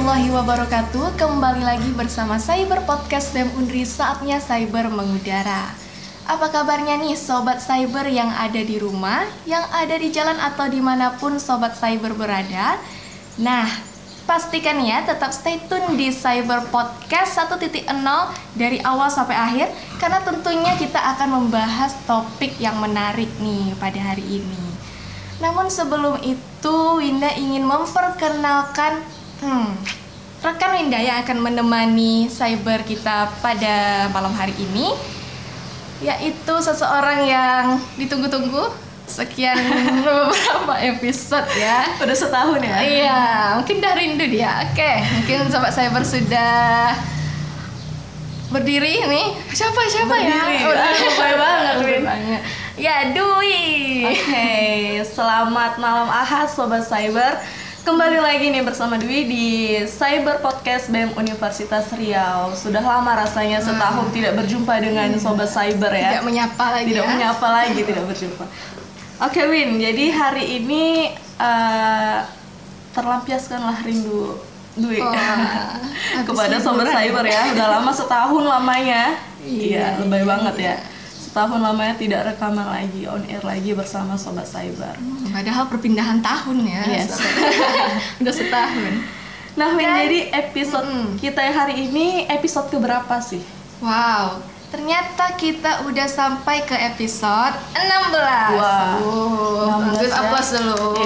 warahmatullahi wabarakatuh. Kembali lagi bersama Cyber Podcast BEM Unri, saatnya Cyber mengudara. Apa kabarnya nih Sobat Cyber yang ada di rumah, yang ada di jalan atau dimanapun Sobat Cyber berada? Nah, pastikan ya tetap stay tune di Cyber Podcast 1.0 dari awal sampai akhir, karena tentunya kita akan membahas topik yang menarik nih pada hari ini. Namun sebelum itu, Winda ingin memperkenalkan rekan Winda yang akan menemani cyber kita pada malam hari ini, yaitu seseorang yang ditunggu-tunggu sekian beberapa episode ya. Udah setahun ya? Iya, mungkin udah rindu dia. Oke, mungkin sobat cyber sudah berdiri nih. Siapa berdiri. ya? Udah lupa banget, Win. Ya, Dwi. Oke, selamat malam Ahad Sobat Cyber. Kembali lagi nih bersama Dwi di Cyber Podcast BEM Universitas Riau. Sudah lama rasanya setahun tidak berjumpa dengan Sobat Cyber ya. Tidak menyapa lagi. Tidak menyapa lagi, tidak berjumpa. Oke Win, jadi hari ini terlampiaskanlah rindu Dwi kepada Sobat Cyber ya. Udah lama, setahun lamanya. Iya, lebay banget ya. Setahun lamanya tidak rekaman lagi, on air lagi bersama Sobat Cyber. Padahal perpindahan tahun ya. Yes. Udah setahun. Nah, Win, jadi episode kita yang hari ini episode keberapa sih? Wow, ternyata kita udah sampai ke episode 16. Wow, 16 aplaus dulu.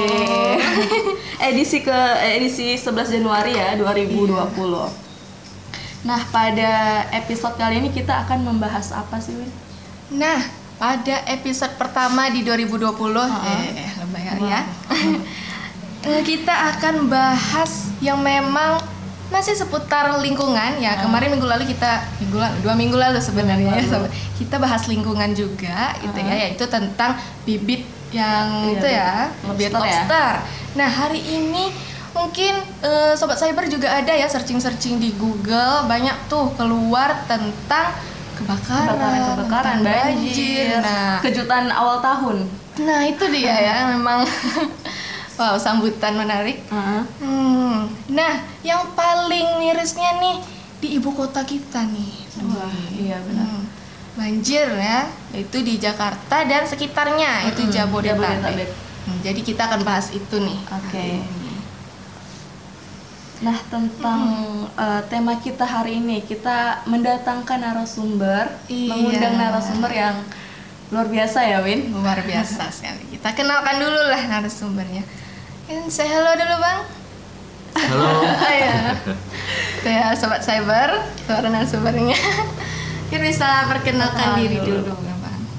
Edisi 11 Januari ya, 2020. Nah, pada episode kali ini kita akan membahas apa sih, Win? Nah, pada episode pertama di 2020, lebay kali ya. Kita akan bahas yang memang masih seputar lingkungan ya. Kemarin dua minggu lalu sebenarnya ya, kita bahas lingkungan juga gitu ya, yaitu tentang bibit yang itu ya, bibit lobster. Nah, hari ini mungkin Sobat Cyber juga ada ya searching di Google, banyak tuh keluar tentang kebakaran, banjir. Nah, kejutan awal tahun. Nah, itu dia ya, memang wow, sambutan menarik. Nah, yang paling mirisnya nih di ibu kota kita nih. Iya benar. Banjir ya, itu di Jakarta dan sekitarnya, itu Jabodetabek. Jadi kita akan bahas itu nih. Oke. Nah, tentang tema kita hari ini, kita mendatangkan narasumber, mengundang narasumber yang luar biasa ya, Win. Luar biasa sekali. Kita kenalkan dulu lah narasumbernya. Say hello dulu, Bang. Halo. Ya, Sobat Cyber, suara narasumbernya. Kita bisa perkenalkan diri dulu, Bang.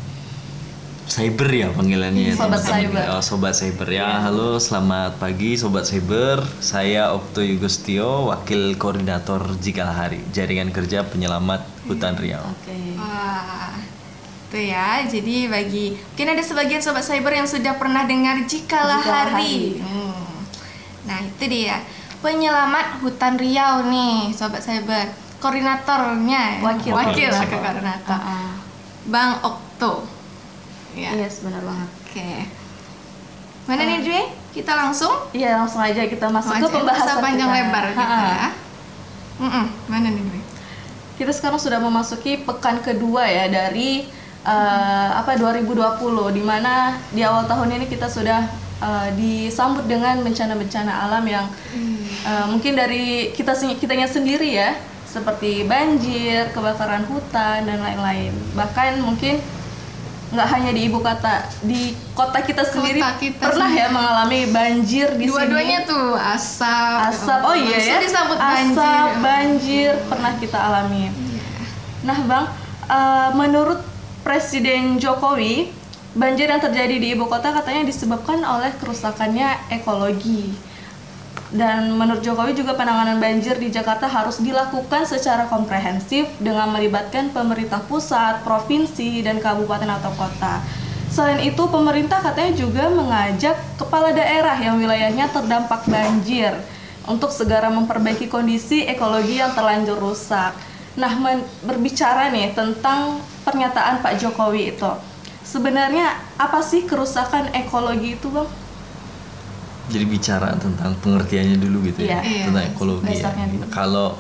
Cyber ya panggilannya. Sobat Cyber. Oh, Sobat Cyber ya. Halo, selamat pagi Sobat Cyber. Saya Okto Yugostio, Wakil Koordinator Jikalahari, Jaringan Kerja Penyelamat Hutan Riau. Oke. Wah, itu ya. Jadi mungkin ada sebagian Sobat Cyber yang sudah pernah dengar Jikalahari. Nah, itu dia. Penyelamat Hutan Riau nih, Sobat Cyber. Koordinatornya, wakil koordinator. Bang Okto. Ya. Yes, benar banget. Oke. Mana nih Dwi? Kita langsung? Iya, langsung aja kita masuk ke pembahasan panjang kita. Lebar gitu ya. Mana nih Dwi? Kita sekarang sudah memasuki pekan kedua ya dari 2020, di mana di awal tahun ini kita sudah disambut dengan bencana-bencana alam yang mungkin dari kitanya sendiri ya, seperti banjir, kebakaran hutan dan lain-lain. Bahkan mungkin nggak hanya di ibu kota, di kota kita sendiri pernah ya mengalami banjir di Dua-duanya sini. tuh asap. Oh iya ya. Disambut banjir pernah kita alami. Nah, Bang, menurut Presiden Jokowi, banjir yang terjadi di ibu kota katanya disebabkan oleh kerusakannya ekologi. Dan menurut Jokowi juga penanganan banjir di Jakarta harus dilakukan secara komprehensif dengan melibatkan pemerintah pusat, provinsi, dan kabupaten atau kota. Selain itu, pemerintah katanya juga mengajak kepala daerah yang wilayahnya terdampak banjir untuk segera memperbaiki kondisi ekologi yang terlanjur rusak. Nah, berbicara nih tentang pernyataan Pak Jokowi itu, sebenarnya apa sih kerusakan ekologi itu, Bang? Jadi bicara tentang pengertiannya dulu gitu ya, Iya. tentang ekologi ya. Dasarnya dulu.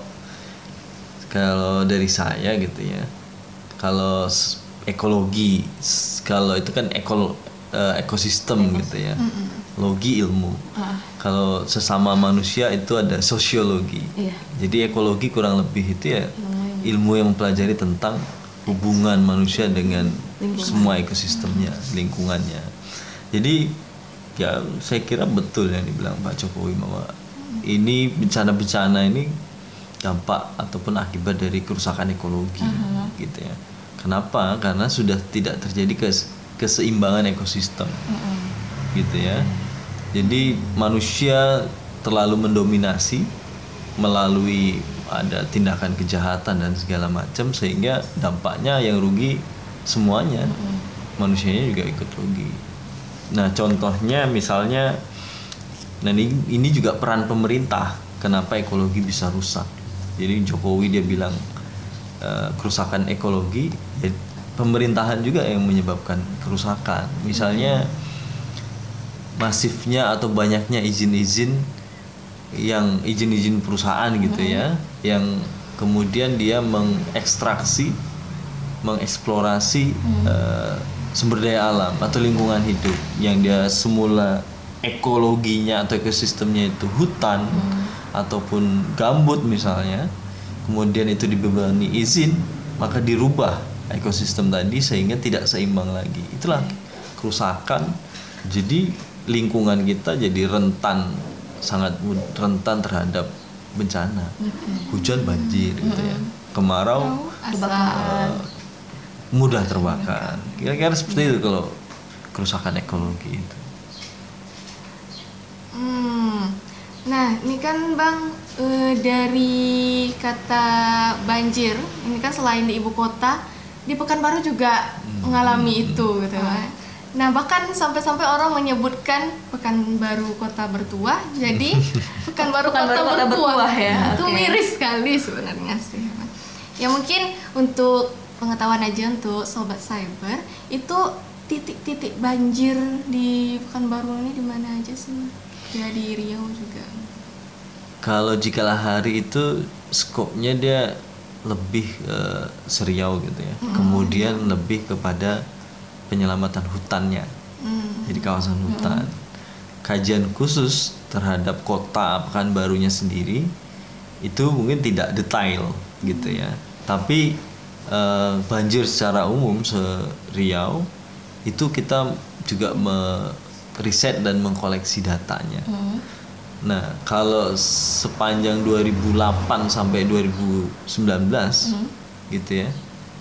Kalau dari saya gitu ya, kalau ekologi, kalau itu kan ekosistem gitu ya, logi ilmu. Kalau sesama manusia itu ada sosiologi. Iya. Jadi ekologi kurang lebih itu ya ilmu yang mempelajari tentang hubungan manusia dengan semua ekosistemnya, lingkungannya. Jadi ya saya kira betul yang dibilang Pak Jokowi bahwa ini bencana-bencana ini dampak ataupun akibat dari kerusakan ekologi gitu ya. Kenapa? Karena sudah tidak terjadi keseimbangan ekosistem gitu ya. Jadi manusia terlalu mendominasi melalui ada tindakan kejahatan dan segala macam, sehingga dampaknya yang rugi semuanya, manusianya juga ikut rugi. Nah contohnya misalnya, nah ini juga peran pemerintah, kenapa ekologi bisa rusak. Jadi Jokowi dia bilang kerusakan ekologi, ya, pemerintahan juga yang menyebabkan kerusakan. Misalnya masifnya atau banyaknya izin-izin perusahaan gitu ya, yang kemudian dia mengeksplorasi sumber daya alam atau lingkungan hidup yang dia semula ekologinya atau ekosistemnya itu hutan ataupun gambut misalnya, kemudian itu dibebani izin, maka dirubah ekosistem tadi sehingga tidak seimbang lagi. Itulah kerusakan. Jadi lingkungan kita jadi sangat rentan terhadap bencana, hujan, banjir gitu ya, kemarau, mudah terbakar. Kira-kira seperti itu kalau kerusakan ekologi itu. Nah, ini kan Bang, dari kata banjir, ini kan selain di ibu kota, di Pekanbaru juga mengalami itu gitu kan. Nah, bahkan sampai-sampai orang menyebutkan Pekanbaru kota bertuah, jadi Pekanbaru kota bertuah ya. Itu miris sekali sebenarnya sih. Ya mungkin untuk pengetahuan aja untuk sobat cyber, itu titik-titik banjir di Pekanbaru ini di mana aja sih? Ya di Riau juga. Kalau Jikalahari itu skopnya dia lebih seriau gitu ya. Kemudian lebih kepada penyelamatan hutannya. Jadi kawasan hutan. Kajian khusus terhadap kota Pekanbarunya sendiri itu mungkin tidak detail gitu ya. Tapi banjir secara umum se-Riau itu kita juga riset dan mengkoleksi datanya. Nah, kalau sepanjang 2008 sampai 2019 gitu ya,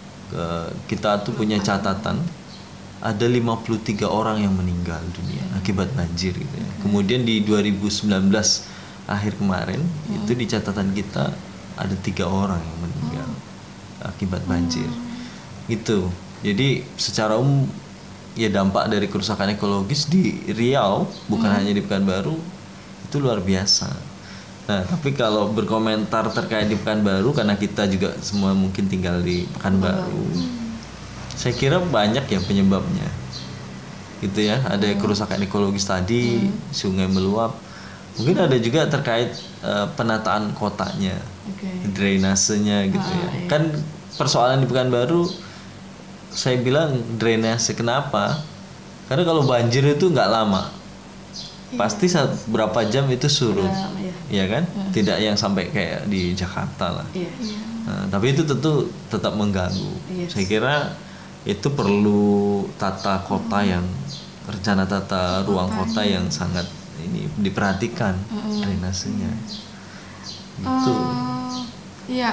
kita tuh punya catatan ada 53 orang yang meninggal dunia akibat banjir gitu ya. Kemudian di 2019 akhir kemarin itu di catatan kita ada 3 orang yang meninggal akibat banjir. Gitu. Jadi secara umum ya dampak dari kerusakan ekologis di Riau bukan hanya di Pekanbaru itu luar biasa. Nah, tapi kalau berkomentar terkait di Pekanbaru, karena kita juga semua mungkin tinggal di Pekanbaru, saya kira banyak ya penyebabnya. Gitu ya, ada kerusakan ekologis tadi, sungai meluap. Mungkin ada juga terkait penataan kotanya, drainasenya gitu ya. Kan persoalan di Pekanbaru, saya bilang drainase kenapa? Karena kalau banjir itu nggak lama. Pasti berapa jam itu surut, ya kan? Tidak yang sampai kayak di Jakarta lah. Nah, tapi itu tentu tetap mengganggu. Saya kira itu perlu tata kota yang rencana tata ruang kota yang sangat ini diperhatikan drainasenya. Itu. Iya,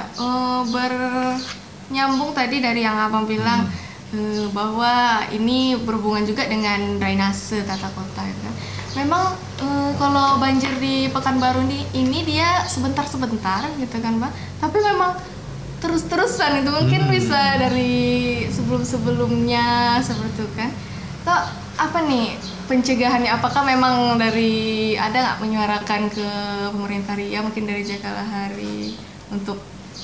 bernyambung tadi dari yang Abang bilang bahwa ini berhubungan juga dengan drainase tata kota ya. Memang kalau banjir di Pekanbaru ini dia sebentar-sebentar gitu kan Bang, tapi memang terus-terusan itu mungkin bisa dari sebelum-sebelumnya seperti itu kan. Atau apa nih pencegahannya? Apakah memang dari ada nggak menyuarakan ke pemerintah Riau mungkin dari Jikalahari untuk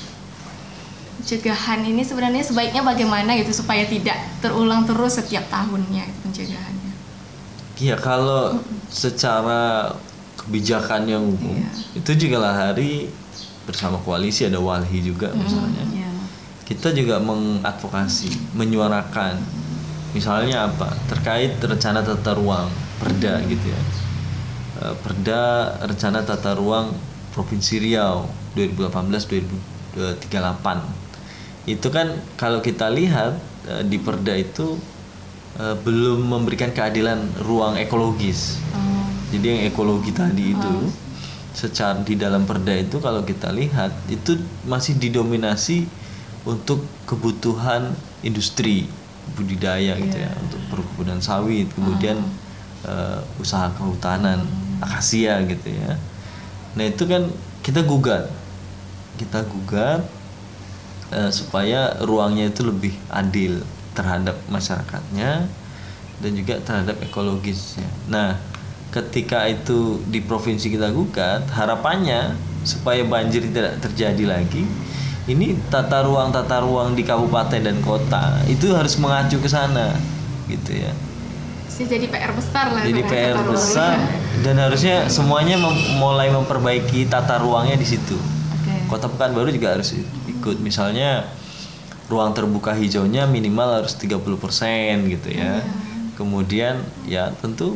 pencegahan ini sebenarnya sebaiknya bagaimana gitu supaya tidak terulang terus setiap tahunnya itu pencegahannya? Ya kalau secara kebijakan yang umum itu juga Lahari bersama koalisi, ada Walhi juga misalnya. Kita juga mengadvokasi, menyuarakan misalnya apa terkait rencana tata ruang Perda gitu ya. Perda rencana tata ruang Provinsi Riau 2018-2038. Itu kan kalau kita lihat di Perda itu belum memberikan keadilan ruang ekologis. Jadi yang ekologi tadi itu secara di dalam Perda itu kalau kita lihat itu masih didominasi untuk kebutuhan industri budidaya gitu ya, untuk perkebunan sawit, kemudian usaha kehutanan akasia gitu ya. Nah itu kan kita gugat supaya ruangnya itu lebih adil terhadap masyarakatnya dan juga terhadap ekologisnya. Nah ketika itu di provinsi kita gugat, harapannya supaya banjir tidak terjadi lagi, ini tata ruang di kabupaten dan kota itu harus mengacu ke sana gitu ya. Jadi PR besar lah. Jadi PR besar dan harusnya semuanya mulai memperbaiki tata ruangnya di situ. Kota Pekanbaru juga harus ikut, misalnya ruang terbuka hijaunya minimal harus 30% gitu ya. Kemudian ya tentu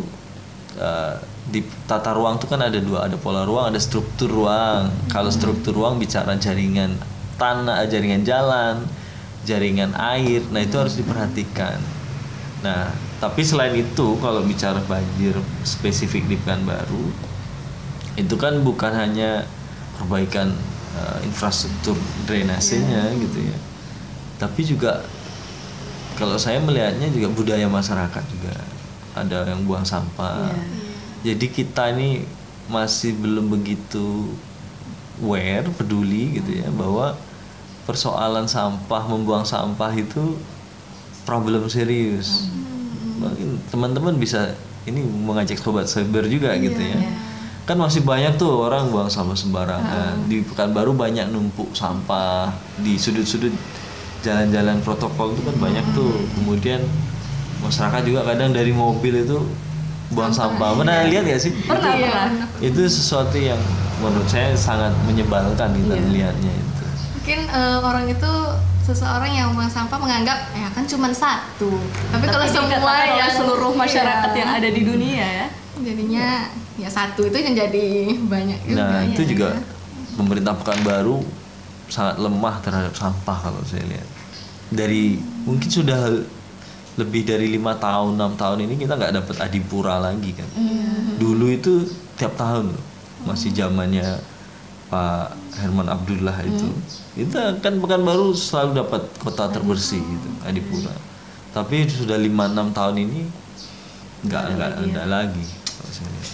di tata ruang itu kan ada dua, ada pola ruang, ada struktur ruang. Kalau struktur ruang bicara jaringan tanah, jaringan jalan, jaringan air, nah itu harus diperhatikan. Nah tapi selain itu kalau bicara banjir spesifik di Pekanbaru itu kan bukan hanya perbaikan infrastruktur drainasenya gitu ya, tapi juga kalau saya melihatnya juga budaya masyarakat juga. Ada yang buang sampah. Jadi kita ini masih belum begitu peduli gitu ya, bahwa persoalan sampah, membuang sampah itu problem serius. Mungkin teman-teman bisa ini mengajak sobat cyber juga gitu ya. Kan masih banyak tuh orang buang sampah sembarangan. Di Pekanbaru banyak numpuk sampah di sudut-sudut jalan-jalan protokol itu kan banyak tuh. Kemudian masyarakat juga kadang dari mobil itu buang sampah. Pernah lihat gak sih? Pernah. Itu sesuatu yang menurut saya sangat menyebalkan kita melihatnya itu. Mungkin orang itu, seseorang yang buang sampah menganggap ya kan cuma satu. Tapi kalau semua ya seluruh masyarakat yang ada di dunia ya, jadinya ya satu itu yang jadi banyak juga. Nah itu juga pemerintah Pekanbaru sangat lemah terhadap sampah kalau saya lihat. Dari mungkin sudah lebih dari 5 tahun, 6 tahun ini kita nggak dapat adipura lagi kan. Dulu itu tiap tahun loh, masih zamannya Pak Herman Abdullah itu. Kita kan Pekanbaru selalu dapat kota terbersih gitu, adipura. Tapi sudah 5-6 tahun ini nggak ada lagi kalau saya lihat.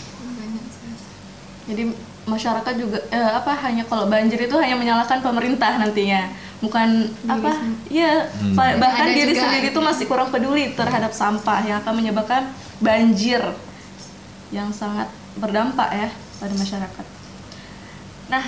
Jadi masyarakat juga hanya kalau banjir itu hanya menyalahkan pemerintah nantinya, bukan bahkan diri sendiri itu masih kurang peduli terhadap sampah yang akan menyebabkan banjir yang sangat berdampak ya pada masyarakat. Nah,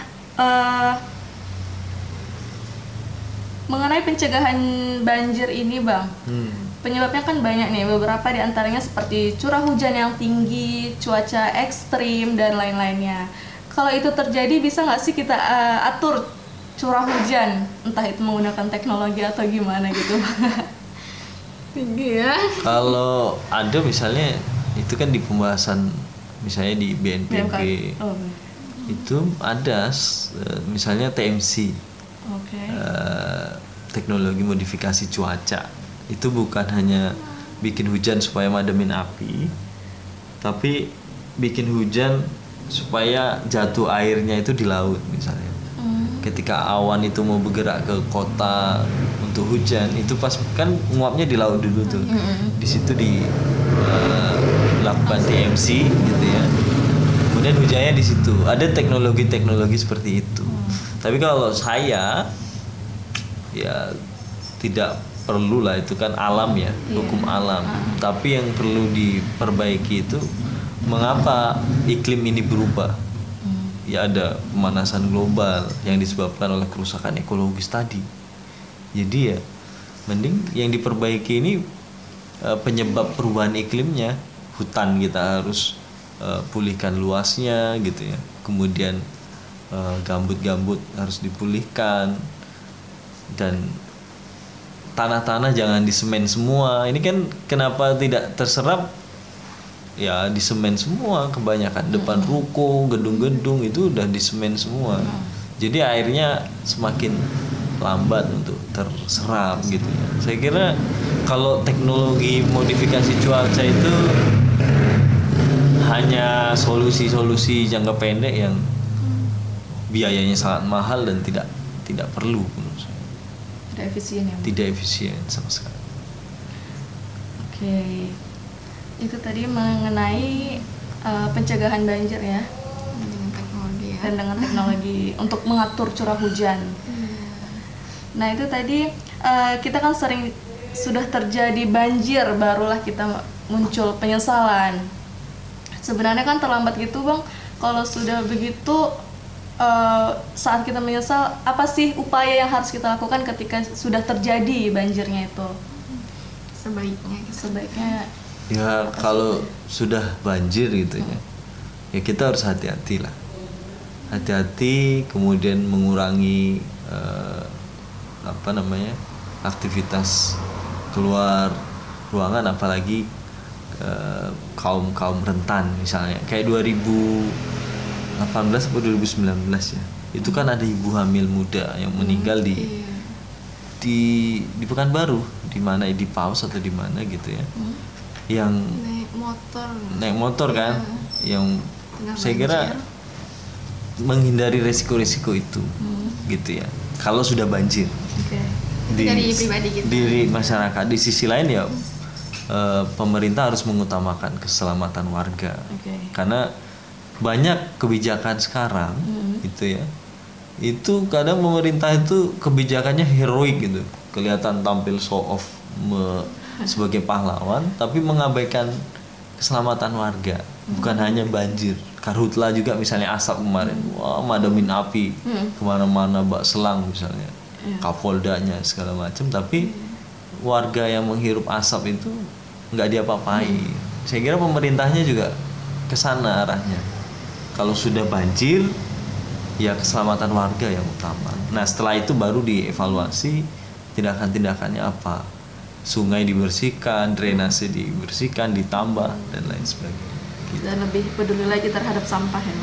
mengenai pencegahan banjir ini Bang, penyebabnya kan banyak nih, beberapa diantaranya seperti curah hujan yang tinggi, cuaca ekstrim, dan lain-lainnya. Kalau itu terjadi, bisa nggak sih kita atur curah hujan, entah itu menggunakan teknologi atau gimana gitu? Tinggi ya. Kalau ada misalnya, itu kan di pembahasan misalnya di BNPB, itu ada misalnya TMC, teknologi modifikasi cuaca. Itu bukan hanya bikin hujan supaya mademin api, tapi bikin hujan supaya jatuh airnya itu di laut misalnya. Ketika awan itu mau bergerak ke kota untuk hujan, itu pas kan nguapnya di laut dulu tuh. Di situ dilakukan TMC gitu ya. Kemudian hujannya di situ. Ada teknologi-teknologi seperti itu. Tapi kalau saya ya tidak perlu lah, itu kan alam ya, hukum alam. Tapi yang perlu diperbaiki itu mengapa iklim ini berubah? Ya ada pemanasan global yang disebabkan oleh kerusakan ekologis tadi. Jadi ya mending yang diperbaiki ini penyebab perubahan iklimnya, hutan kita harus pulihkan luasnya gitu ya. Kemudian gambut-gambut harus dipulihkan, dan tanah-tanah jangan disemen semua. Ini kan kenapa tidak terserap, ya disemen semua kebanyakan. Depan ruko, gedung-gedung itu udah disemen semua. Jadi airnya semakin lambat untuk terserap gitu ya. Saya kira kalau teknologi modifikasi cuaca itu hanya solusi-solusi jangka pendek yang biayanya sangat mahal dan tidak perlu menurut saya. Tidak efisien ya. Tidak efisien sama sekali. Oke. Itu tadi mengenai pencegahan banjir ya. Dengan teknologi ya. Dan dengan teknologi untuk mengatur curah hujan. Nah, itu tadi kita kan sudah terjadi banjir, barulah kita muncul penyesalan. Sebenarnya kan terlambat gitu Bang. Kalau sudah begitu, saat kita menyesal, apa sih upaya yang harus kita lakukan ketika sudah terjadi banjirnya itu? Sebaiknya Ya kalau sudah banjir gitu ya kita harus hati-hati lah. Hati-hati, kemudian mengurangi aktivitas keluar ruangan, apalagi kaum rentan misalnya kayak 2018 atau 2019 ya, itu kan ada ibu hamil muda yang meninggal di Pekanbaru, di mana di Paus atau di mana gitu ya, yang naik motor kan, yang saya kira menghindari resiko-resiko itu gitu ya kalau sudah banjir. Dari pribadi kita, di masyarakat. Di sisi lain ya pemerintah harus mengutamakan keselamatan warga, karena banyak kebijakan sekarang gitu ya, itu kadang pemerintah itu kebijakannya heroik gitu, kelihatan tampil show off sebagai pahlawan, tapi mengabaikan keselamatan warga. Bukan hanya banjir, karhutlah juga misalnya asap kemarin, wah madamin api kemana-mana, bak selang misalnya, Kapoldanya segala macam, tapi warga yang menghirup asap itu nggak diapa-apain. Saya kira pemerintahnya juga kesana arahnya. Kalau sudah banjir, ya keselamatan warga yang utama. Nah setelah itu baru dievaluasi tindakan-tindakannya apa. Sungai dibersihkan, drainase dibersihkan, ditambah dan lain sebagainya. Gitu. Dan lebih peduli lagi terhadap sampah ya.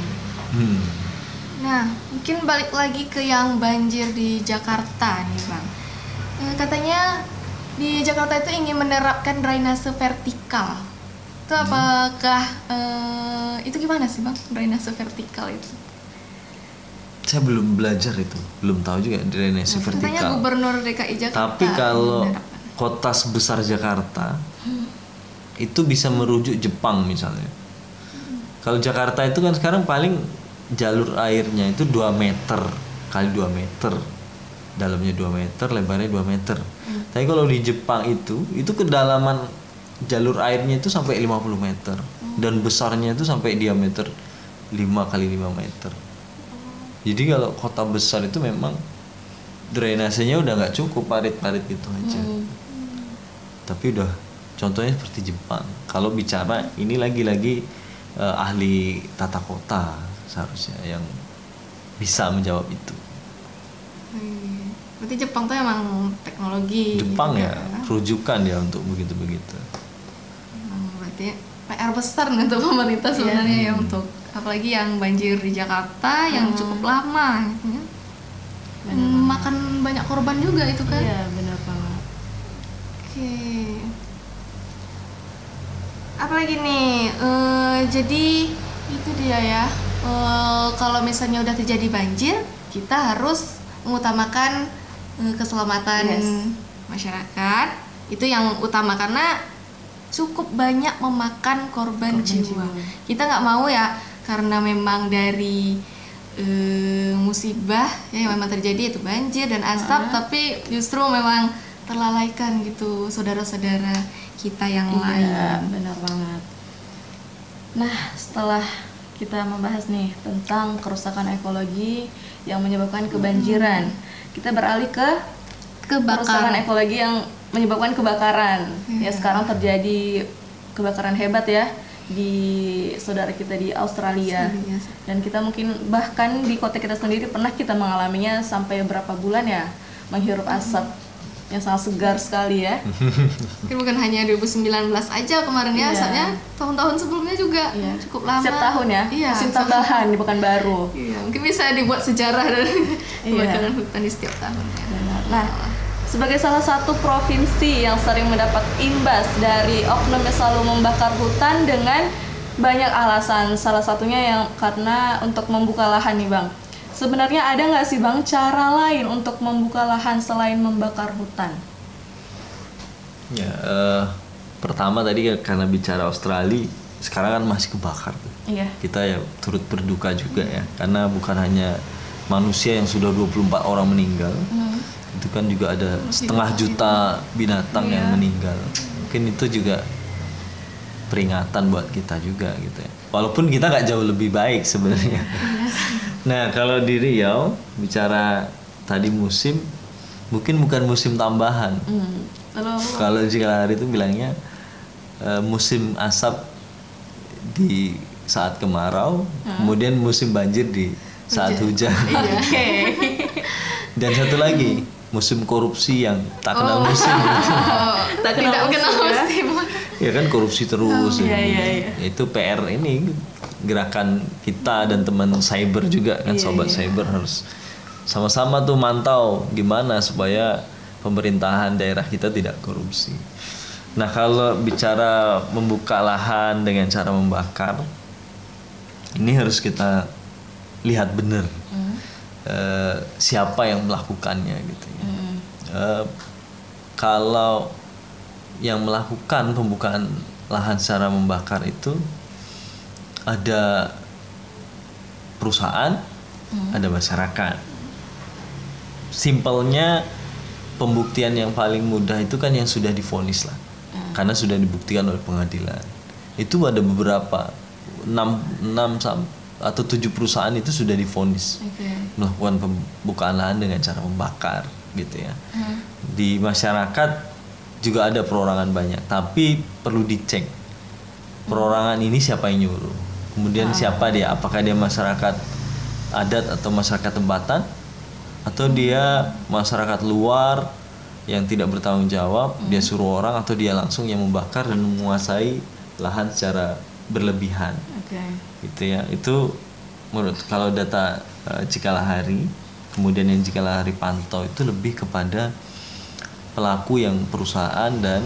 Nah, mungkin balik lagi ke yang banjir di Jakarta nih Bang. Katanya di Jakarta itu ingin menerapkan drainase vertikal. Itu apakah itu gimana sih Bang, drainase vertikal itu? Saya belum belajar itu, belum tahu juga drainase vertikal. Katanya Gubernur DKI Jakarta. Tapi kalau kota sebesar Jakarta itu bisa merujuk Jepang misalnya. Kalau Jakarta itu kan sekarang paling jalur airnya itu 2 meter kali 2 meter, dalamnya 2 meter, lebarnya 2 meter. Tapi kalau di Jepang itu kedalaman jalur airnya itu sampai 50 meter dan besarnya itu sampai diameter 5 kali 5 meter. Jadi kalau kota besar itu memang drainasenya udah nggak cukup, parit-parit gitu aja. Tapi udah contohnya seperti Jepang. Kalau bicara ini lagi-lagi ahli tata kota seharusnya yang bisa menjawab itu. Berarti Jepang tuh emang teknologi. Jepang gitu ya rujukan ya untuk begitu-begitu. Berarti PR besar nih untuk pemerintah sebenarnya ya, untuk apalagi yang banjir di Jakarta yang cukup lama gitu ya. Makan banyak korban juga itu kan. Iya, benar banget. Oke. Apalagi nih, jadi itu dia ya. Kalau misalnya udah terjadi banjir, kita harus mengutamakan keselamatan masyarakat. Itu yang utama, karena cukup banyak memakan korban jiwa. Kita nggak mau ya, karena memang dari musibah ya yang memang terjadi, itu banjir dan asap, tapi justru memang terlalaikan gitu saudara-saudara kita yang lain. Benar banget. Nah, setelah kita membahas nih tentang kerusakan ekologi yang menyebabkan kebanjiran, kita beralih ke kerusakan ekologi yang menyebabkan kebakaran. Ya sekarang terjadi kebakaran hebat ya di saudara kita di Australia. Dan kita mungkin bahkan di kota kita sendiri pernah kita mengalaminya sampai berapa bulan ya, menghirup asap yang sangat segar sekali ya. Mungkin bukan hanya 2019 aja kemarin ya, soalnya tahun-tahun sebelumnya juga cukup lama. Setiap tahun ya, musim tambahan di Pekanbaru. Iya, mungkin bisa dibuat sejarah dari kebakaran hutan di setiap tahunnya. Nah, sebagai salah satu provinsi yang sering mendapat imbas dari oknum yang selalu membakar hutan dengan banyak alasan. Salah satunya yang karena untuk membuka lahan nih Bang. Sebenarnya ada nggak sih Bang cara lain untuk membuka lahan selain membakar hutan? Ya, pertama tadi karena bicara Australia, sekarang kan masih kebakar. Iya. Kita ya turut berduka juga ya, karena bukan hanya manusia yang sudah 24 orang meninggal, itu kan juga ada setengah juta binatang yang meninggal. Mungkin itu juga peringatan buat kita juga gitu ya. Walaupun kita nggak jauh lebih baik sebenarnya. Nah, kalau di Riau bicara tadi musim, mungkin bukan musim tambahan. Kalau Cikalahari itu bilangnya musim asap di saat kemarau, kemudian musim banjir di saat hujan. Dan satu lagi, musim korupsi yang tak kenal musim. Tak kenal musim. Ya kan korupsi terus. Itu PR ini gerakan kita dan teman cyber juga kan, sobat cyber harus sama-sama tuh mantau gimana supaya pemerintahan daerah kita tidak korupsi. Nah, kalau bicara membuka lahan dengan cara membakar, ini harus kita lihat benar siapa yang melakukannya gitu ya. Kalau yang melakukan pembukaan lahan secara membakar itu ada perusahaan, ada masyarakat. Simpelnya pembuktian yang paling mudah itu kan yang sudah divonis lah, karena sudah dibuktikan oleh pengadilan. Itu ada beberapa 6 atau 7 perusahaan itu sudah divonis melakukan pembukaan lahan dengan cara membakar gitu ya. Di masyarakat juga ada perorangan banyak, tapi perlu dicek perorangan ini siapa yang nyuruh. Kemudian siapa dia? Apakah dia masyarakat adat atau masyarakat tempatan, atau dia masyarakat luar yang tidak bertanggung jawab, dia suruh orang, atau dia langsung yang membakar dan menguasai lahan secara berlebihan. Gitu ya. Itu menurut kalau data Cikalahari, kemudian yang Cikalahari pantau itu lebih kepada pelaku yang perusahaan dan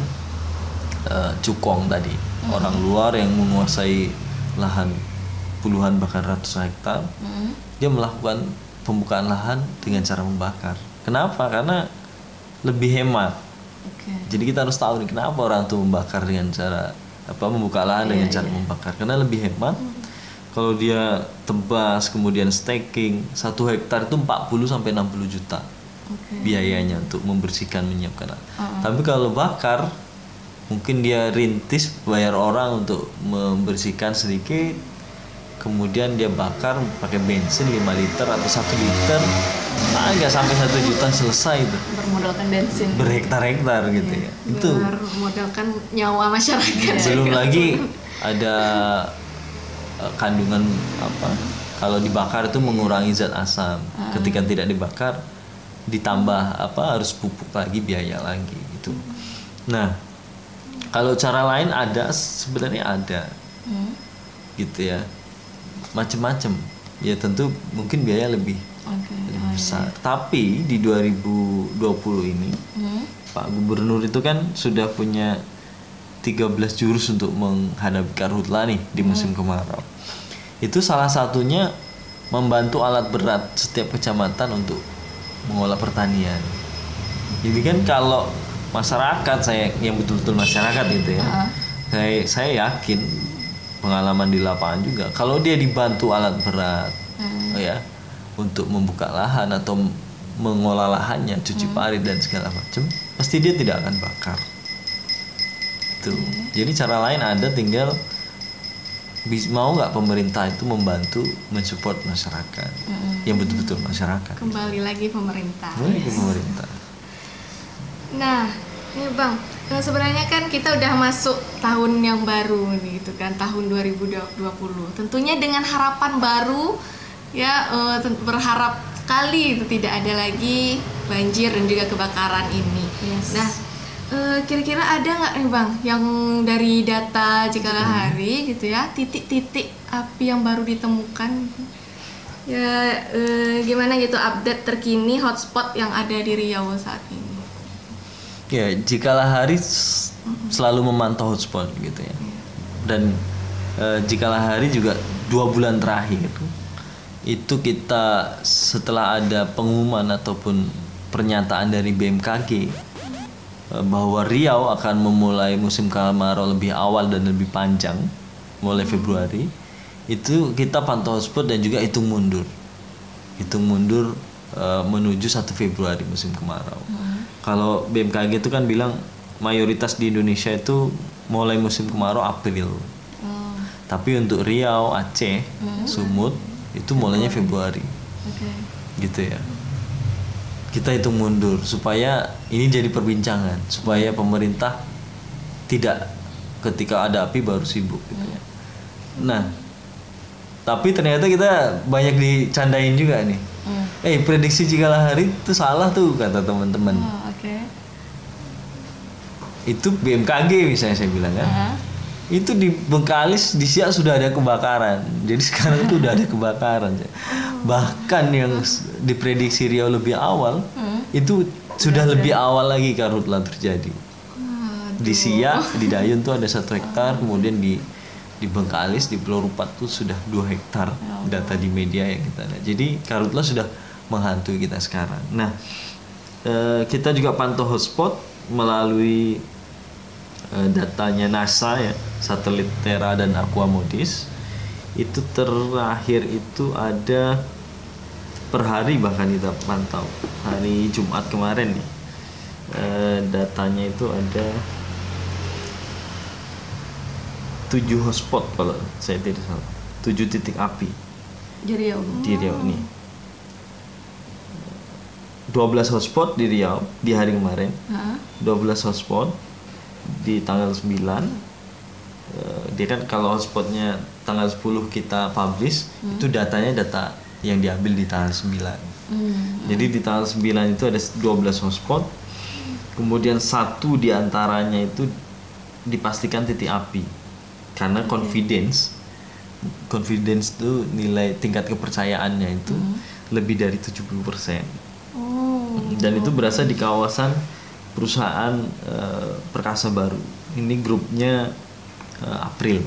cukong tadi, orang luar yang menguasai lahan puluhan bahkan ratusan hektar, dia melakukan pembukaan lahan dengan cara membakar. Kenapa? Karena lebih hemat. Jadi kita harus tahu nih kenapa orang tuh membakar dengan cara membuka lahan dengan cara membakar. Karena lebih hemat. Kalau dia tebas kemudian staking, 1 hektar itu 40 sampai 60 juta biayanya untuk membersihkan, menyiapkan. Tapi kalau bakar, mungkin dia rintis bayar orang untuk membersihkan sedikit, kemudian dia bakar pakai bensin 5 liter atau 1 liter, nggak sampai 1 juta selesai itu. Bermodalkan bensin berhektar-hektar gitu ya. Itu bermodalkan nyawa masyarakat. Belum lagi ada kandungan kalau dibakar itu mengurangi zat asam. Ketika tidak dibakar ditambah harus pupuk lagi, biaya lagi gitu. Nah, kalau cara lain sebenarnya ada, gitu ya, macam-macam. Ya tentu mungkin biaya lebih besar. Tapi di 2020 ini, Pak Gubernur itu kan sudah punya 13 jurus untuk menghadapi karhutla nih di musim kemarau. Itu salah satunya membantu alat berat setiap kecamatan untuk mengolah pertanian. Jadi kan kalau masyarakat yang betul-betul masyarakat gitu ya, saya yakin pengalaman di lapangan juga, kalau dia dibantu alat berat ya untuk membuka lahan atau mengolah lahannya, cuci parit dan segala macam, pasti dia tidak akan bakar. Jadi cara lain ada, tinggal mau nggak pemerintah itu membantu mensupport masyarakat yang betul-betul masyarakat. Kembali lagi pemerintah. Pemerintah. Nah, ini Bang, Sebenarnya kan kita udah masuk tahun yang baru nih, gitu kan, tahun 2020. Tentunya dengan harapan baru ya, berharap sekali itu tidak ada lagi banjir dan juga kebakaran ini. Yes. Nah, kira-kira ada nggak nih Bang yang dari data Cikalahari gitu ya, titik-titik api yang baru ditemukan ya, gimana gitu update terkini hotspot yang ada di Riau saat ini? Ya, Cikalahari selalu memantau hotspot gitu ya. Dan Cikalahari juga 2 bulan terakhir itu kita setelah ada pengumuman ataupun pernyataan dari BMKG bahwa Riau akan memulai musim kemarau lebih awal dan lebih panjang mulai Februari, itu kita pantau hotspot dan juga hitung mundur menuju 1 Februari musim kemarau. Kalau BMKG itu kan bilang mayoritas di Indonesia itu mulai musim kemarau April. Tapi untuk Riau, Aceh, Sumut itu mulainya Februari. Gitu ya. Kita hitung mundur supaya ini jadi perbincangan, supaya pemerintah tidak ketika ada api baru sibuk gitu ya. Nah, tapi ternyata kita banyak dicandain juga nih. Prediksi Cikalahari itu salah tuh kata teman-teman. Itu BMKG misalnya saya bilang kan. Itu di Bengkalis di Siak sudah ada kebakaran. Jadi sekarang itu udah ada kebakaran. Bahkan yang diprediksi Riau lebih awal itu sudah lebih awal lagi karhutla terjadi. Di Siak, di Dayun tuh ada 1 hektar, kemudian di Bengkalis, di Pulau Rupat tuh sudah 2 hektar. Data di media yang kita lihat. Jadi karhutla sudah menghantui kita sekarang. Nah, kita juga pantau hotspot melalui datanya NASA ya, satelit Terra dan Aquamodis. Itu terakhir itu ada per hari, bahkan kita pantau hari Jumat kemarin nih, datanya itu ada 7 hotspot kalau saya tidak salah, 7 titik api Di Riau. di Riau ini. 12 hotspot di Riau di hari kemarin, 12 hotspot di tanggal 9. Dia kan kalau hotspotnya tanggal 10 kita publish, itu datanya data yang diambil di tanggal 9. Jadi di tanggal 9 itu ada 12 hotspot, kemudian 1 diantaranya itu dipastikan titik api karena confidence itu nilai tingkat kepercayaannya itu lebih dari 70%. Dan itu berasal di kawasan perusahaan Perkasa Baru. Ini grupnya April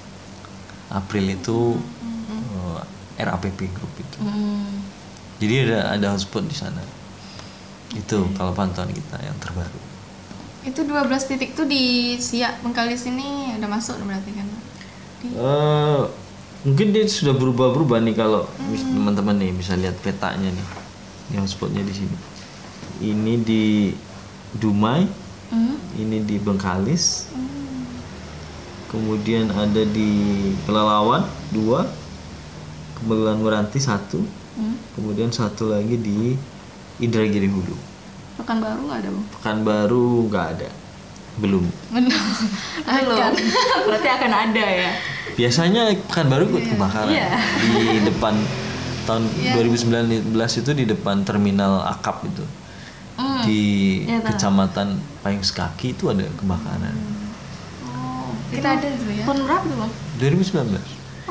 itu RAPP Group itu. Jadi ada hotspot di sana. Itu kalau pantauan kita yang terbaru. Itu 12 titik tuh di Siak Bengkalis ini udah masuk berarti kan? Mungkin dia sudah berubah-berubah nih kalau teman-teman nih bisa lihat petanya nih. Ini hotspotnya di sini. Ini di Dumai, ini di Bengkalis, kemudian ada di Pelalawan 2, Kembangan Meranti 1, kemudian 1 lagi di Indragiri Hulu. Pekanbaru nggak ada Bang? Pekanbaru nggak ada, belum. Akan. Berarti akan ada ya. Biasanya Pekanbaru ikut kebakaran di depan tahun 2019 itu di depan terminal Akap itu. Di Kecamatan Payung Sekaki itu ada kebakaran. Kita ada tuh ya. Tahun berapa tuh Bang? 2019.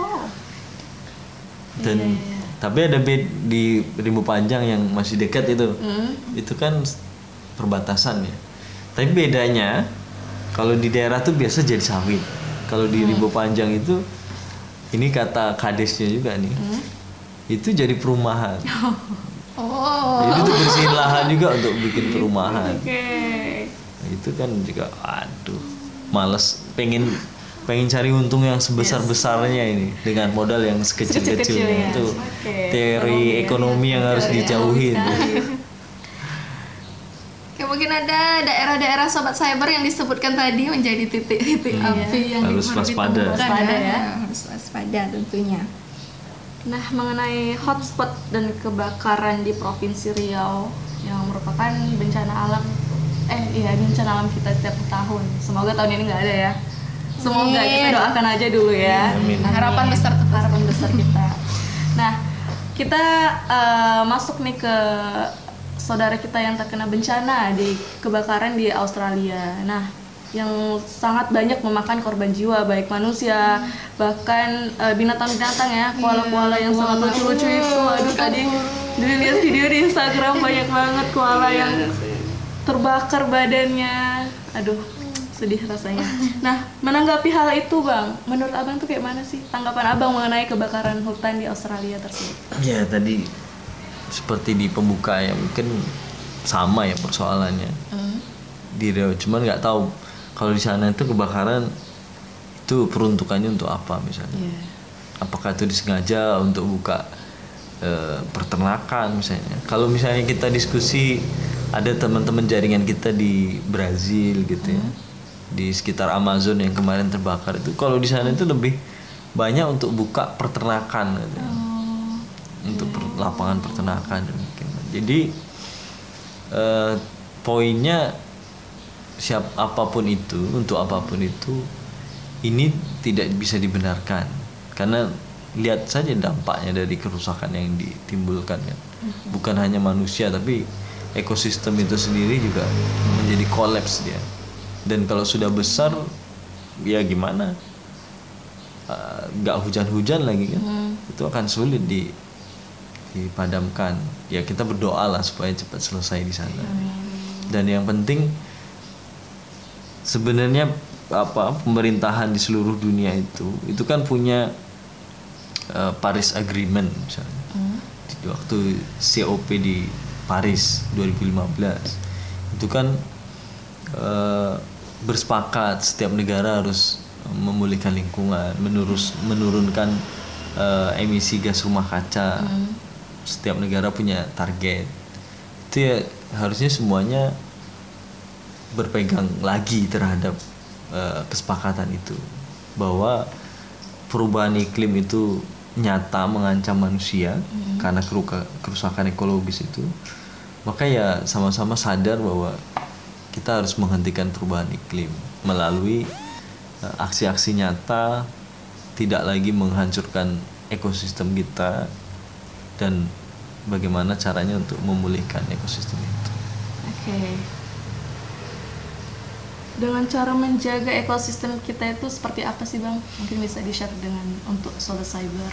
Dan tapi ada di Rimbu Panjang yang masih dekat itu. Itu kan perbatasan ya. Tapi bedanya kalau di daerah tuh biasa jadi sawit. Kalau di Rimbu Panjang itu, ini kata kadesnya juga nih, itu jadi perumahan. Jadi itu bersihin lahan juga untuk bikin perumahan. Itu kan juga, aduh, males, pengen cari untung yang sebesar-besarnya ini dengan modal yang sekecil-kecilnya. Itu teori ekonomi yang harus dijauhin. Oke, mungkin ada daerah-daerah sobat cyber yang disebutkan tadi menjadi titik-titik api yang harus waspada. Harus waspada tentunya. Nah, mengenai hotspot dan kebakaran di Provinsi Riau yang merupakan bencana alam bencana alam kita setiap tahun. Semoga tahun ini nggak ada ya. Semoga kita doakan aja dulu ya. Amin. Harapan besar tuh, Harapan besar kita. Nah, kita masuk nih ke saudara kita yang terkena bencana di kebakaran di Australia. Nah, yang sangat banyak memakan korban jiwa, baik manusia, bahkan binatang-binatang ya, koala-koala yang sangat lucu-lucu itu. Aduh, tadi dilihat video di Instagram banyak banget koala yang terbakar badannya. Aduh, sedih rasanya. Nah, menanggapi hal itu Bang, menurut Abang tuh kayak mana sih tanggapan Abang mengenai kebakaran hutan di Australia tersebut? Ya tadi seperti di pembuka ya, mungkin sama ya persoalannya di Riau, cuman nggak tahu kalau di sana itu kebakaran itu peruntukannya untuk apa misalnya. Apakah itu disengaja untuk buka peternakan misalnya. Kalau misalnya kita diskusi, ada teman-teman jaringan kita di Brazil gitu ya, di sekitar Amazon yang kemarin terbakar itu, kalau di sana itu lebih banyak untuk buka peternakan gitu. Untuk lapangan peternakan mungkin. Jadi poinnya apapun itu, untuk apapun itu, ini tidak bisa dibenarkan karena lihat saja dampaknya dari kerusakan yang ditimbulkan kan. Bukan hanya manusia tapi ekosistem itu sendiri juga menjadi kolaps dia. Dan kalau sudah besar ya gimana, nggak hujan-hujan lagi kan, itu akan sulit dipadamkan. Ya kita berdoa lah supaya cepat selesai di sana. Dan yang penting sebenarnya pemerintahan di seluruh dunia itu kan punya Paris Agreement misalnya. Waktu COP di Paris 2015 itu kan bersepakat setiap negara harus memulihkan lingkungan, menurunkan emisi gas rumah kaca. Setiap negara punya target. Itu ya harusnya semuanya berpegang lagi terhadap kesepakatan itu, bahwa perubahan iklim itu nyata mengancam manusia karena kerusakan ekologis itu. Maka ya sama-sama sadar bahwa kita harus menghentikan perubahan iklim melalui aksi-aksi nyata, tidak lagi menghancurkan ekosistem kita, dan bagaimana caranya untuk memulihkan ekosistem itu. Oke. Dengan cara menjaga ekosistem kita itu seperti apa sih Bang? Mungkin bisa di-share dengan untuk Sobat Cyber.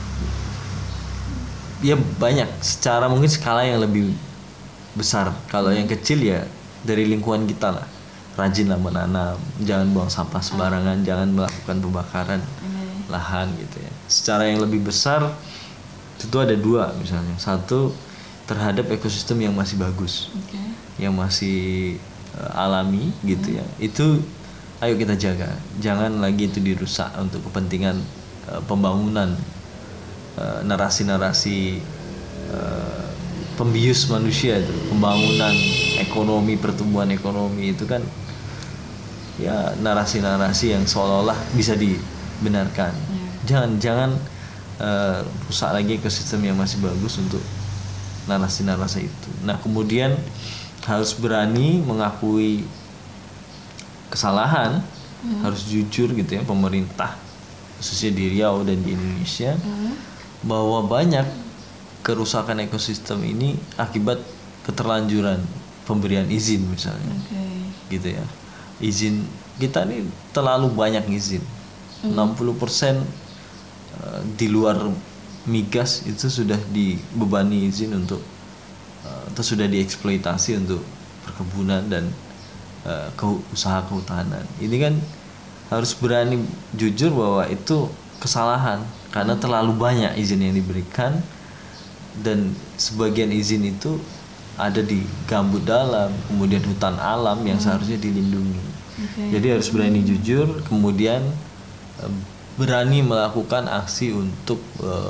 Ya banyak, secara mungkin skala yang lebih besar. Kalau yang kecil ya dari lingkungan kita lah. Rajinlah menanam, jangan buang sampah sembarangan, jangan melakukan pembakaran lahan gitu ya. Secara yang lebih besar itu ada dua misalnya. Satu, terhadap ekosistem yang masih bagus, yang masih alami gitu ya, itu ayo kita jaga, jangan lagi itu dirusak untuk kepentingan pembangunan, narasi-narasi pembius manusia itu, pembangunan ekonomi, pertumbuhan ekonomi itu kan ya narasi-narasi yang seolah-olah bisa dibenarkan. Jangan rusak lagi ekosistem yang masih bagus untuk narasi-narasi itu. Nah kemudian harus berani mengakui kesalahan, harus jujur gitu ya pemerintah, khususnya di Riau dan di Indonesia, bahwa banyak kerusakan ekosistem ini akibat keterlanjuran pemberian izin misalnya, gitu ya. Izin kita ini terlalu banyak izin, 60% di luar migas itu sudah dibebani izin untuk atau sudah dieksploitasi untuk perkebunan dan usaha kehutanan. Ini kan harus berani jujur bahwa itu kesalahan karena terlalu banyak izin yang diberikan, dan sebagian izin itu ada di gambut dalam, kemudian hutan alam yang seharusnya dilindungi. Jadi harus berani jujur, kemudian berani melakukan aksi untuk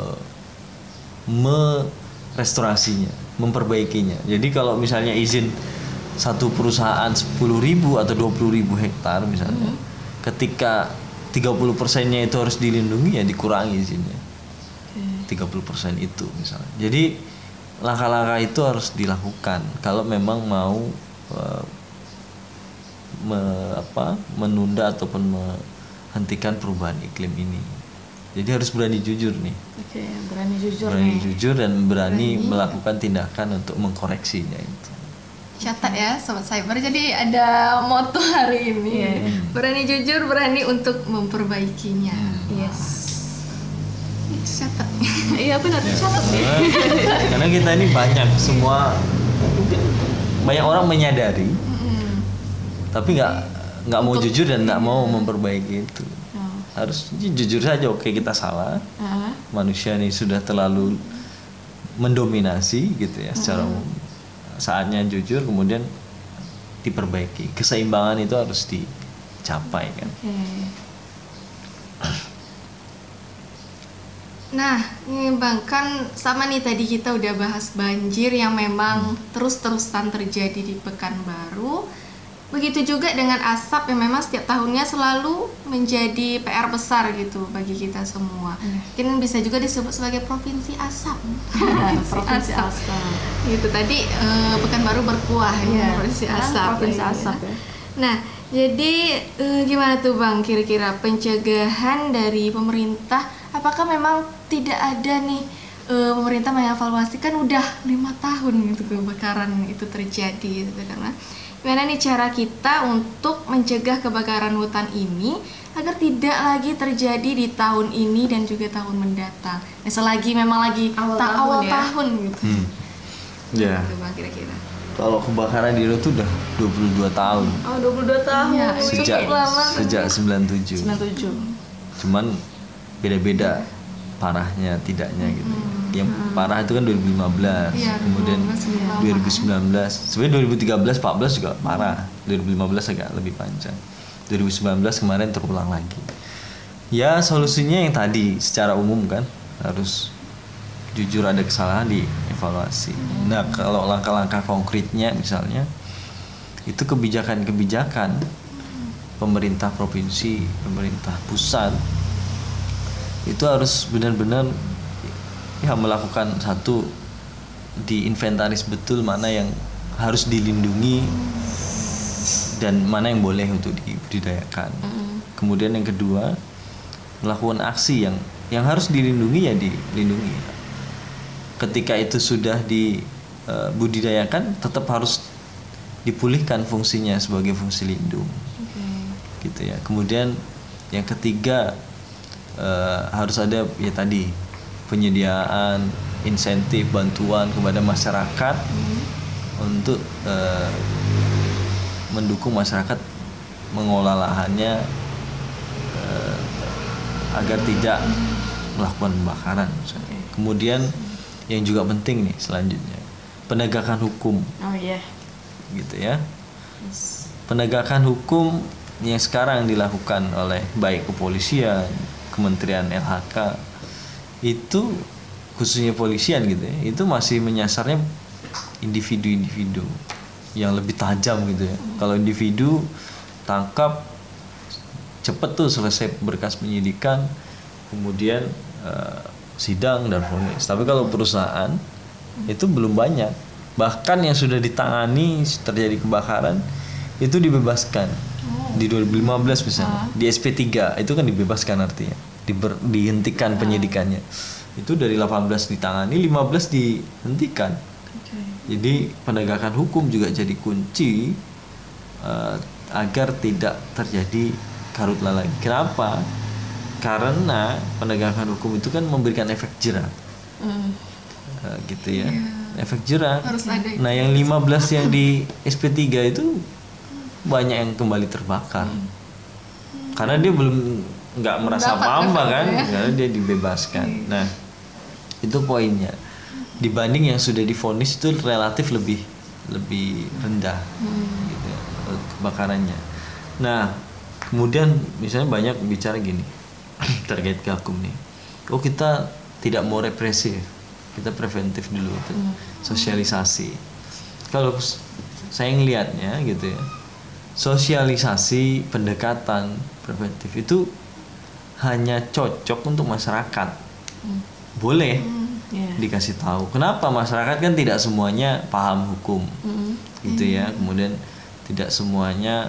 merestorasinya, memperbaikinya. Jadi kalau misalnya izin satu perusahaan 10.000 atau 20.000 hektar misalnya, ketika 30%-nya itu harus dilindungi, ya dikurangi izinnya. 30% itu misalnya. Jadi langkah-langkah itu harus dilakukan kalau memang mau menunda ataupun menghentikan perubahan iklim ini. Jadi harus berani jujur nih. Oke, berani jujur Berani nih. jujur dan berani melakukan tindakan untuk mengkoreksinya itu. Catat ya Sobat Cyber, jadi ada moto hari ini. Iya. Berani jujur, berani untuk memperbaikinya. Yes. Catat. Iya benar, catat nih. Karena kita ini banyak orang menyadari, tapi nggak mau jujur dan nggak mau memperbaiki itu. Harus jujur saja, oke kita salah, manusia ini sudah terlalu mendominasi gitu ya secara umum. Saatnya jujur, kemudian diperbaiki. Keseimbangan itu harus dicapai kan. Nah, ini Bang, kan sama nih tadi kita udah bahas banjir yang memang terus-terusan terjadi di Pekanbaru. Begitu juga dengan asap yang memang setiap tahunnya selalu menjadi PR besar gitu bagi kita semua. Mungkin bisa juga disebut sebagai provinsi asap. Provinsi asap. Gitu tadi Pekanbaru berkuah ya, provinsi asap. Provinsi asap ya. Nah, jadi gimana tuh Bang kira-kira pencegahan dari pemerintah? Apakah memang tidak ada nih pemerintah mengevaluasi, kan udah 5 tahun gitu kebakaran itu terjadi gitu, karena gimana nih cara kita untuk mencegah kebakaran hutan ini agar tidak lagi terjadi di tahun ini dan juga tahun mendatang. Nah, selagi memang lagi awal tahun gitu. Ya. Gitu Bang kira-kira. Kalau kebakaran di Riau tuh udah 22 tahun. Oh, 22 tahun. Ya, Sejak cukup lama. sejak 97. 97. Cuman beda-beda parahnya tidaknya gitu. Yang parah itu kan 2015, Iya, kemudian 2019, sebenarnya 2013, 14 juga parah, 2015 agak lebih panjang, 2019 kemarin terulang lagi. Ya solusinya yang tadi secara umum kan, harus jujur ada kesalahan dievaluasi. Nah kalau langkah-langkah konkretnya misalnya, itu kebijakan-kebijakan pemerintah provinsi, pemerintah pusat, itu harus benar-benar ya melakukan satu, diinventaris betul mana yang harus dilindungi dan mana yang boleh untuk dibudidayakan. Kemudian yang kedua, melakukan aksi yang harus dilindungi ya dilindungi. Ketika itu sudah dibudidayakan, tetap harus dipulihkan fungsinya sebagai fungsi lindung. Gitu ya. Kemudian yang ketiga, harus ada ya tadi penyediaan insentif bantuan kepada masyarakat untuk mendukung masyarakat mengolah lahannya agar tidak melakukan pembakaran misalnya. Kemudian yang juga penting nih selanjutnya, penegakan hukum. Oh iya. Gitu ya. Penegakan hukum yang sekarang dilakukan oleh baik kepolisian, Kementerian LHK, itu khususnya polisian gitu ya, itu masih menyasarnya individu-individu yang lebih tajam gitu ya. Kalau individu tangkap cepet tuh selesai berkas penyidikan, kemudian sidang dan vonis. Tapi kalau perusahaan itu belum banyak, bahkan yang sudah ditangani terjadi kebakaran itu dibebaskan di 2015 misalnya, di SP3 itu kan dibebaskan, artinya dihentikan penyidikannya. Itu dari 18 ditangani, 15 dihentikan. Jadi penegakan hukum juga jadi kunci agar tidak terjadi karhutlah lagi. Kenapa? Karena penegakan hukum itu kan memberikan efek jerah. Gitu ya. Efek jerah. Harus ada. Nah, yang 15 yang di SP3 itu banyak yang kembali terbakar. Karena dia belum nggak merasa apa-apa kan, karena dia dibebaskan. Nah, itu poinnya. Dibanding yang sudah divonis itu relatif lebih rendah gitu ya, kebakarannya. Nah, kemudian misalnya banyak bicara gini terkait Gakum nih. Oh, kita tidak mau represif, kita preventif dulu, sosialisasi. Kalau saya ngelihatnya gitu ya, sosialisasi pendekatan preventif itu hanya cocok untuk masyarakat. Boleh dikasih tahu. Kenapa? Masyarakat kan tidak semuanya paham hukum, gitu ya. Kemudian tidak semuanya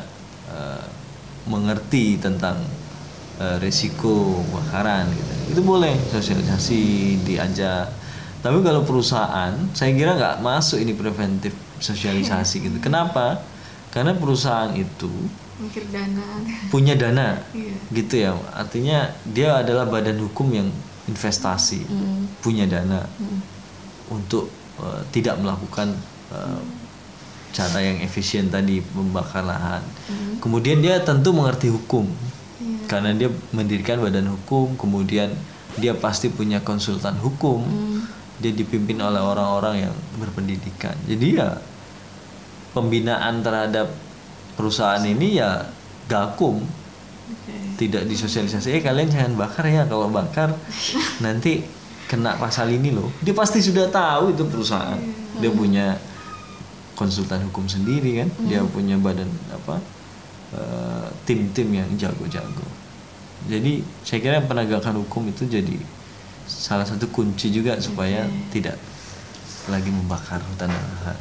mengerti tentang resiko kebakaran gitu. Itu boleh sosialisasi, diajak. Tapi kalau perusahaan, saya kira nggak masuk ini preventif sosialisasi gitu. Kenapa? Karena perusahaan itu Mikir dana. punya dana, Iya. gitu ya. Artinya dia adalah badan hukum yang investasi, punya dana untuk tidak melakukan cara yang efisien tadi membakar lahan. Kemudian dia tentu mengerti hukum, karena dia mendirikan badan hukum. Kemudian dia pasti punya konsultan hukum. Dia dipimpin oleh orang-orang yang berpendidikan. Jadi ya pembinaan terhadap perusahaan ini ya gakum, tidak disosialisasi. Kalian jangan bakar ya, kalau bakar nanti kena pasal ini loh. Dia pasti sudah tahu itu perusahaan. Dia punya konsultan hukum sendiri kan, dia punya badan tim-tim yang jago-jago. Jadi saya kira penegakan hukum itu jadi salah satu kunci juga supaya tidak lagi membakar hutan dan lahan.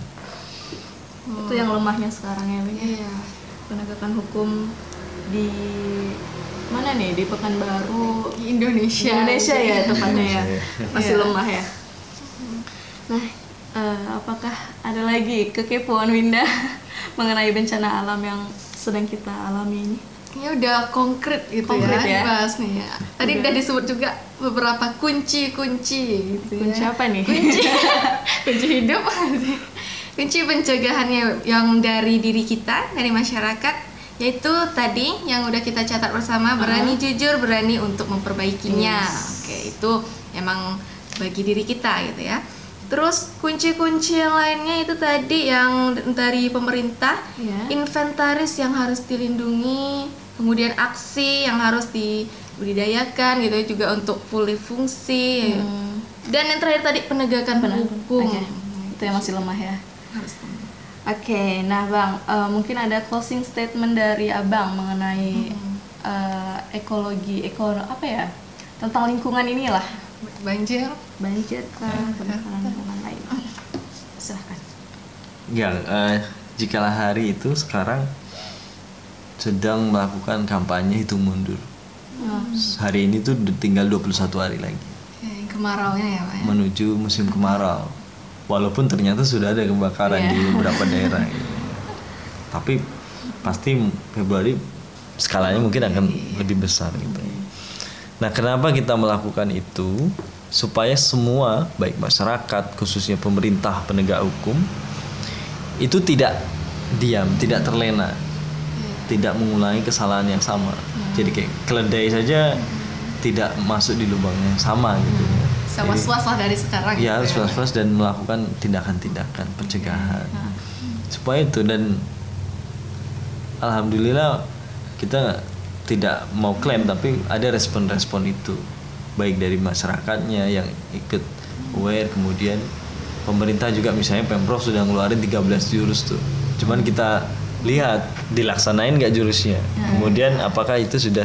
Itu yang lemahnya sekarang ya, Bang. Iya. Penegakan hukum di mana nih, di Pekanbaru, Di Indonesia. ya tepatnya ya, masih Iya. lemah ya. Nah, apakah ada lagi kekepoan Winda mengenai bencana alam yang sedang kita alami ini? Ini udah konkret gitu Konkret ya. dibahas nih ya. Tadi udah disebut juga beberapa kunci-kunci gitu ya. Kunci apa nih? Kunci hidup. Kunci pencegahannya yang dari diri kita, dari masyarakat, yaitu tadi yang udah kita catat bersama, berani jujur, berani untuk memperbaikinya. Oke, itu emang bagi diri kita gitu ya. Terus kunci-kunci yang lainnya itu tadi yang dari pemerintah, Ya. inventaris yang harus dilindungi, kemudian aksi yang harus dibudidayakan gitu juga untuk pulih fungsi. Dan yang terakhir tadi penegakan hukum. Oke. Itu yang masih lemah ya. Harus. Oke, nah Bang, mungkin ada closing statement dari Abang mengenai ekologi, apa ya, tentang lingkungan inilah, Banjir. banjir kebakaran lingkungan lain. Silahkan. Ya, jikalau hari itu sekarang sedang melakukan kampanye hitung mundur. Hari ini tuh tinggal 21 hari lagi Kemaraunya ya Pak ya? menuju musim kemarau. Walaupun ternyata sudah ada kebakaran di beberapa daerah gitu. Tapi pasti Februari skalanya mungkin akan lebih besar gitu. Nah, kenapa kita melakukan itu? Supaya semua, baik masyarakat, khususnya pemerintah, penegak hukum, itu tidak diam, tidak terlena, tidak mengulangi kesalahan yang sama. Jadi kayak keledai saja tidak masuk di lubang yang sama gitu. Was-was lah dari sekarang. Ya, harus gitu ya. was-was dan melakukan tindakan-tindakan pencegahan. Supaya itu, dan alhamdulillah kita tidak mau klaim, tapi ada respon-respon itu, baik dari masyarakatnya yang ikut aware, kemudian pemerintah juga, misalnya Pemprov sudah ngeluarin 13 jurus tuh. Cuman kita lihat dilaksanain nggak jurusnya, kemudian apakah itu sudah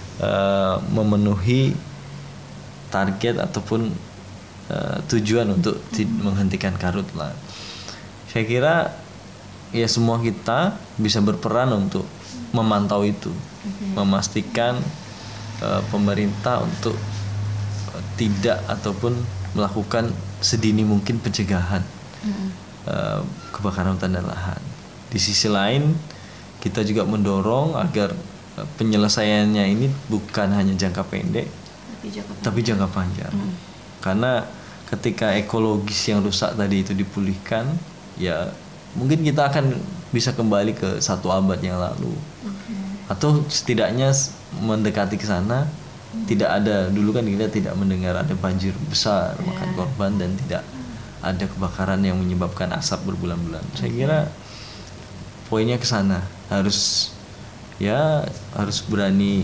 memenuhi target ataupun tujuan untuk menghentikan karhutla. Saya kira ya semua kita bisa berperan untuk memantau itu, memastikan pemerintah untuk tidak ataupun melakukan sedini mungkin pencegahan kebakaran hutan dan lahan. Di sisi lain kita juga mendorong agar penyelesaiannya ini bukan hanya jangka pendek, tapi jangka panjang. Karena ketika ekologis yang rusak tadi itu dipulihkan, ya mungkin kita akan bisa kembali ke 1 abad yang lalu, atau setidaknya mendekati ke sana. Tidak ada, dulu kan kita tidak mendengar ada banjir besar makan korban dan tidak ada kebakaran yang menyebabkan asap berbulan-bulan. Saya kira poinnya ke sana, harus berani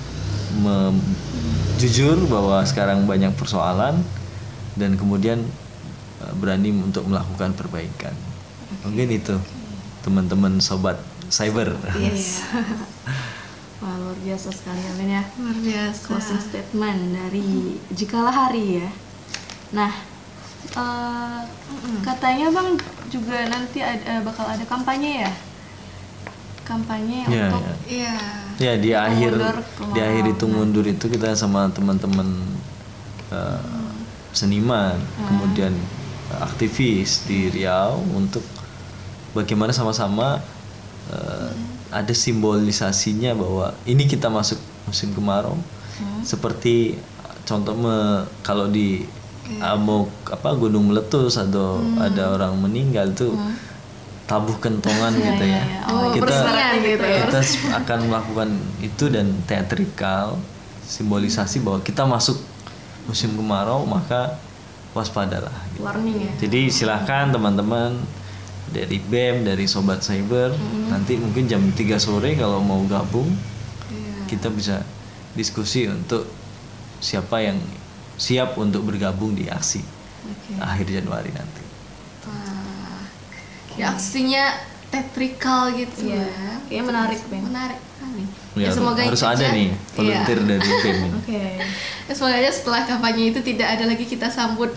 jujur bahwa sekarang banyak persoalan, dan kemudian berani untuk melakukan perbaikan. Mungkin itu teman-teman sobat cyber. Yes. Wah, luar biasa sekali ya. Luar biasa. Closing statement dari Jikalah Hari ya. Nah, katanya Bang juga nanti bakal ada kampanye ya. kampanye Iya, untuk Iya. Ya di akhir itu Kemarau. mundur itu kita sama teman-teman seniman, kemudian aktivis di Riau untuk bagaimana sama-sama ada simbolisasinya bahwa ini kita masuk musim kemarau. Seperti contoh kalau di mau gunung meletus atau ada orang meninggal tuh tabuh kentongan gitu ya. Oh, Kita persenian gitu ya. kita akan melakukan itu dan teatrikal simbolisasi bahwa kita masuk musim kemarau, maka waspadalah gitu. warning ya. Jadi silahkan teman-teman dari BEM, dari Sobat Cyber, nanti mungkin jam 3 sore kalau mau gabung, kita bisa diskusi untuk siapa yang siap untuk bergabung di aksi akhir Januari nanti. Wah. Ya, aksinya teatrikal gitu Iya. ya. Kayaknya menarik, Ben. Menarik kali. Ya, semoga harus itu ada aja. nih volunteer Iya. dari BEM ini. Oke. Ya, semoga aja setelah kampanye itu tidak ada lagi kita sambut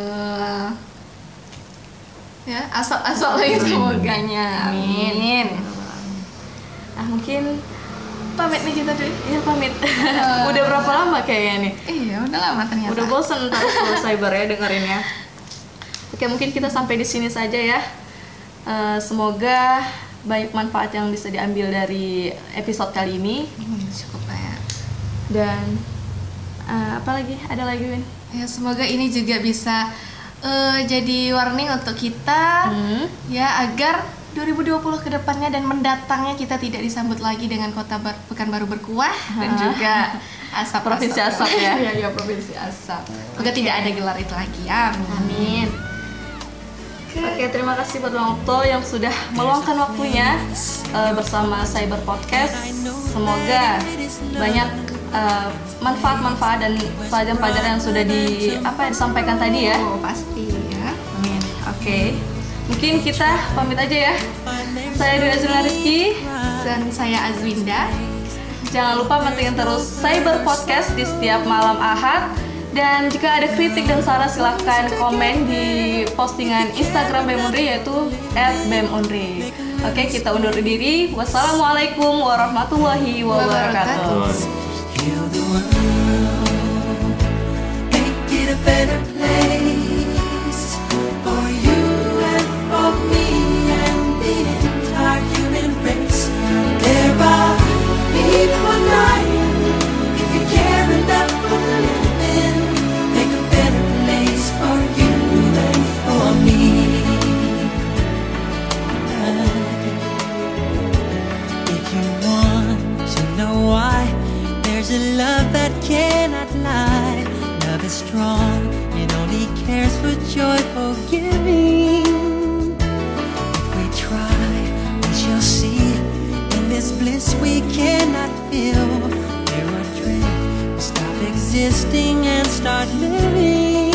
ya asal-asal lagi, semoganya. Amin. Nah, mungkin Pamit nih kita dulu. ya pamit. Udah berapa lama kayaknya nih? Iya, udah lama ternyata. Udah bosen ntar kalau cyber ya dengerinnya. Oke, mungkin kita sampai di sini saja ya. Semoga banyak manfaat yang bisa diambil dari episode kali ini. Cukup lah ya. Dan apa lagi? Ada lagi, Win? Ya, semoga ini juga bisa jadi warning untuk kita ya, agar 2020 ke depannya dan mendatangnya kita tidak disambut lagi dengan kota Pekanbaru berkuah dan juga asap Provinsi asap ya. Iya, provinsi asap. Semoga tidak ada gelar itu lagi. Amin. Oke, terima kasih buat Bang Okto yang sudah meluangkan waktunya bersama Cyber Podcast. Semoga banyak manfaat-manfaat dan pelajaran-pelajaran yang sudah disampaikan tadi ya. Oh, pasti ya. Amin. Oke. Mungkin kita pamit aja ya. Saya Dina Zulna Rizky. Dan saya Azwinda. Jangan lupa pantengin terus Cyber Podcast di setiap malam Ahad. Dan jika ada kritik dan saran silahkan komen di postingan Instagram BEM Unri yaitu @BEMUnri. Oke, kita undur diri. Wassalamualaikum warahmatullahi wabarakatuh. Heal the world, make it a better place for you and for me and the entire human race. There are people dying. If you care enough for the living, make a better place for you and for me. If you want to know why, there's a love that cannot lie. Love is strong, it only cares for joyful giving. If we try, we shall see. In this bliss we cannot feel. There are dreams, stop existing and start living.